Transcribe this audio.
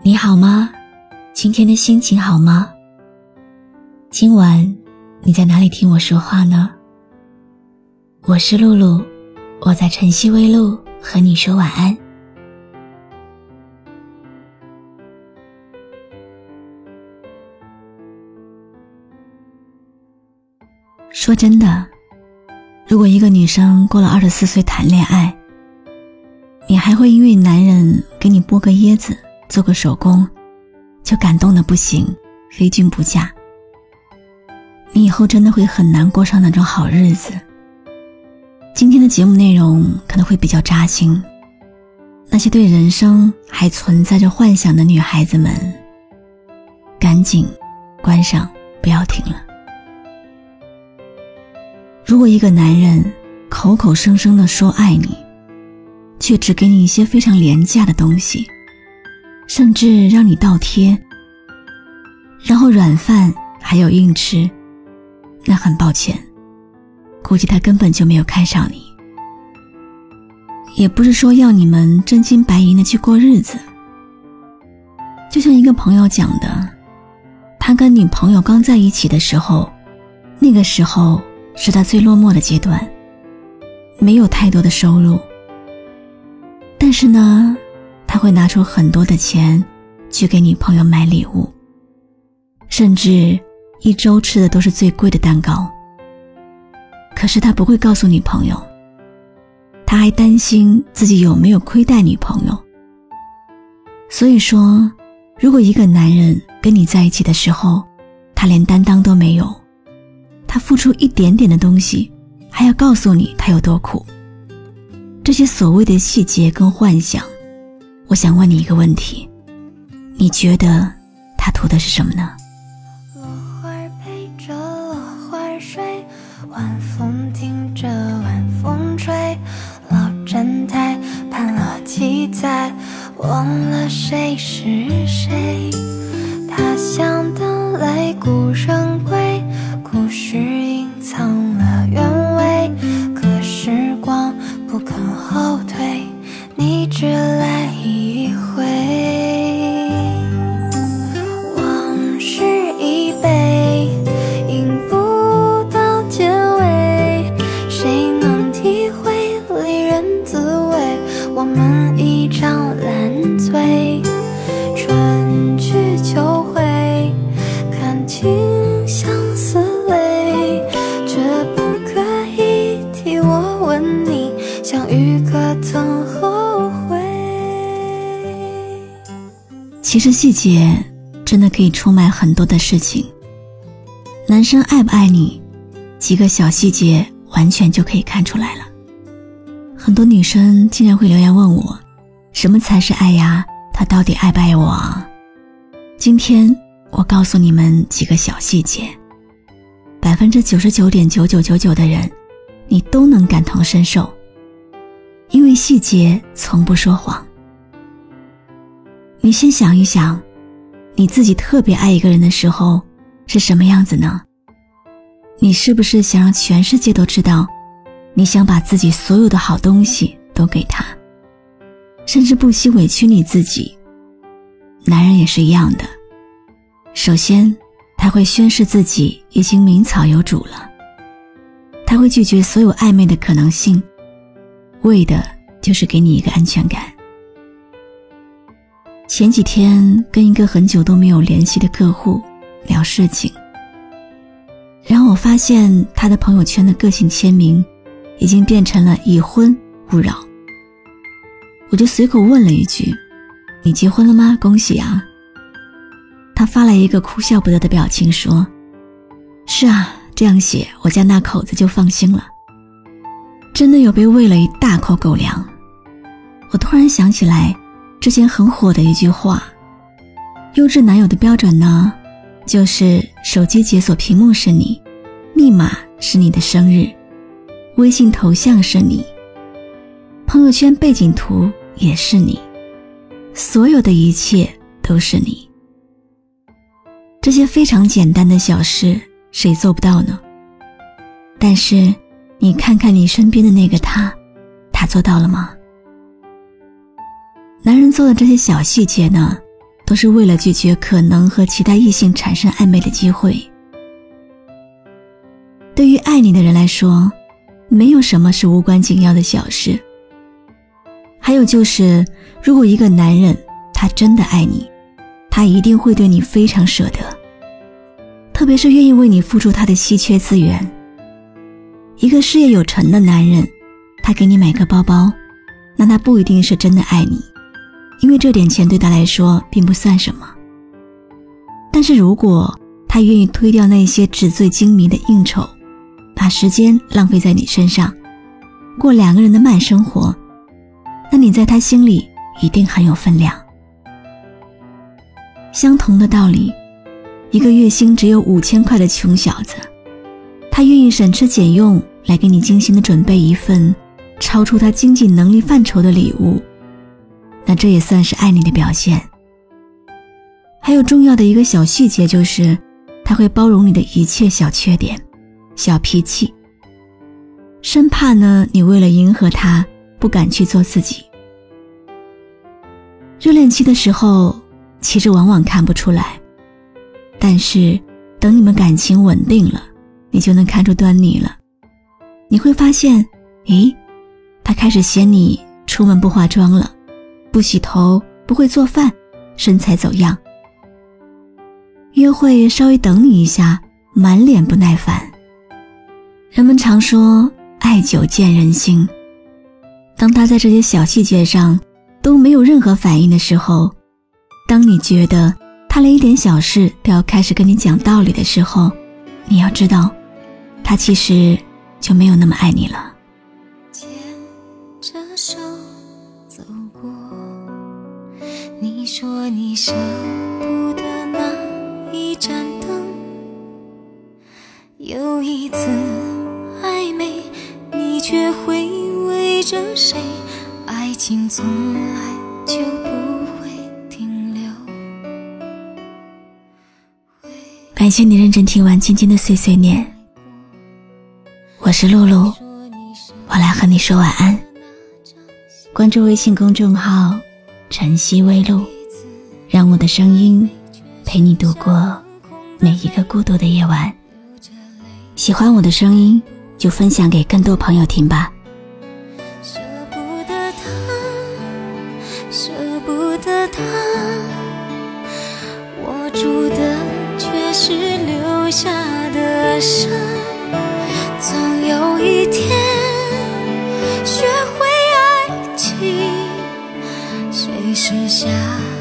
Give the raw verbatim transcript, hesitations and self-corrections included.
你好吗？今天的心情好吗？今晚你在哪里听我说话呢？我是露露，我在晨曦微露和你说晚安。说真的，如果一个女生过了二十四岁谈恋爱，你还会因为男人给你剥个椰子做个手工就感动得不行，非君不嫁，你以后真的会很难过上那种好日子。今天的节目内容可能会比较扎心，那些对人生还存在着幻想的女孩子们，赶紧关上，不要听了。如果一个男人口口声声地说爱你，却只给你一些非常廉价的东西，甚至让你倒贴，然后软饭还有硬吃，那很抱歉，估计他根本就没有看上你。也不是说要你们真金白银的去过日子，就像一个朋友讲的，他跟女朋友刚在一起的时候，那个时候是他最落寞的阶段，没有太多的收入，但是呢，他会拿出很多的钱去给女朋友买礼物，甚至一周吃的都是最贵的蛋糕。可是他不会告诉女朋友，他还担心自己有没有亏待女朋友。所以说，如果一个男人跟你在一起的时候，他连担当都没有，他付出一点点的东西，还要告诉你他有多苦，这些所谓的细节跟幻想，我想问你一个问题，你觉得他图的是什么呢？ 落花陪着落花睡，晚风听着晚风吹，老站台盼了几载，忘了谁是谁。他乡的擂鼓声归，故事隐藏了原委，可时光不肯后退，你只来一回。往事一杯，饮不到结尾，谁能体会离人滋味？我们一场烂醉，春去秋回，看清相思泪，却不可以替我问你，相遇可曾后悔。 其实细节真的可以出卖很多的事情，男生爱不爱你，几个小细节完全就可以看出来了。很多女生竟然会留言问我，什么才是爱呀？他到底爱不爱我啊？今天我告诉你们几个小细节， 百分之九十九点九九九九 的人你都能感同身受，因为细节从不说谎。你先想一想，你自己特别爱一个人的时候是什么样子呢？你是不是想让全世界都知道，你想把自己所有的好东西都给他，甚至不惜委屈你自己？男人也是一样的，首先他会宣示自己已经名草有主了，他会拒绝所有暧昧的可能性，为的就是给你一个安全感。前几天跟一个很久都没有联系的客户聊事情，然后我发现他的朋友圈的个性签名已经变成了已婚勿扰，我就随口问了一句，你结婚了吗？恭喜啊。他发了一个哭笑不得的表情说，是啊，这样写我家那口子就放心了。真的有被喂了一大口狗粮。我突然想起来之前很火的一句话，优质男友的标准呢，就是手机解锁屏幕是你，密码是你的生日，微信头像是你，朋友圈背景图也是你，所有的一切都是你。这些非常简单的小事谁做不到呢？但是你看看你身边的那个他，他做到了吗？男人做的这些小细节呢， 都是为了拒绝可能和其他异性产生暧昧的机会。对于爱你的人来说，没有什么是无关紧要的小事。还有就是，如果一个男人他真的爱你，他一定会对你非常舍得，特别是愿意为你付出他的稀缺资源。一个事业有成的男人，他给你买个包包，那他不一定是真的爱你，因为这点钱对他来说并不算什么。但是如果他愿意推掉那些纸醉金迷的应酬，把时间浪费在你身上，过两个人的慢生活，那你在他心里一定很有分量。相同的道理，一个月薪只有五千块的穷小子，他愿意省吃俭用来给你精心的准备一份超出他经济能力范畴的礼物，那这也算是爱你的表现。还有重要的一个小细节，就是他会包容你的一切小缺点、小脾气，生怕呢你为了迎合他不敢去做自己。热恋期的时候其实往往看不出来，但是等你们感情稳定了，你就能看出端倪了。你会发现，诶，他开始嫌你出门不化妆了，不洗头，不会做饭，身材走样。约会稍微等你一下，满脸不耐烦。人们常说爱久见人心，当他在这些小细节上都没有任何反应的时候，当你觉得他连一点小事都要开始跟你讲道理的时候，你要知道他其实就没有那么爱你了。 牵着手走过，你说你舍不得那一盏灯，有一次暧昧，你却会围着谁，爱情从来就不会停留。 感谢你认真听完今天的碎碎念，我是露露，我来和你说晚安。关注微信公众号晨曦微露，让我的声音陪你度过每一个孤独的夜晚。喜欢我的声音就分享给更多朋友听吧。 舍不得他，舍不得他，握住的却是留下的伤。总有一天学会爱情，谁是下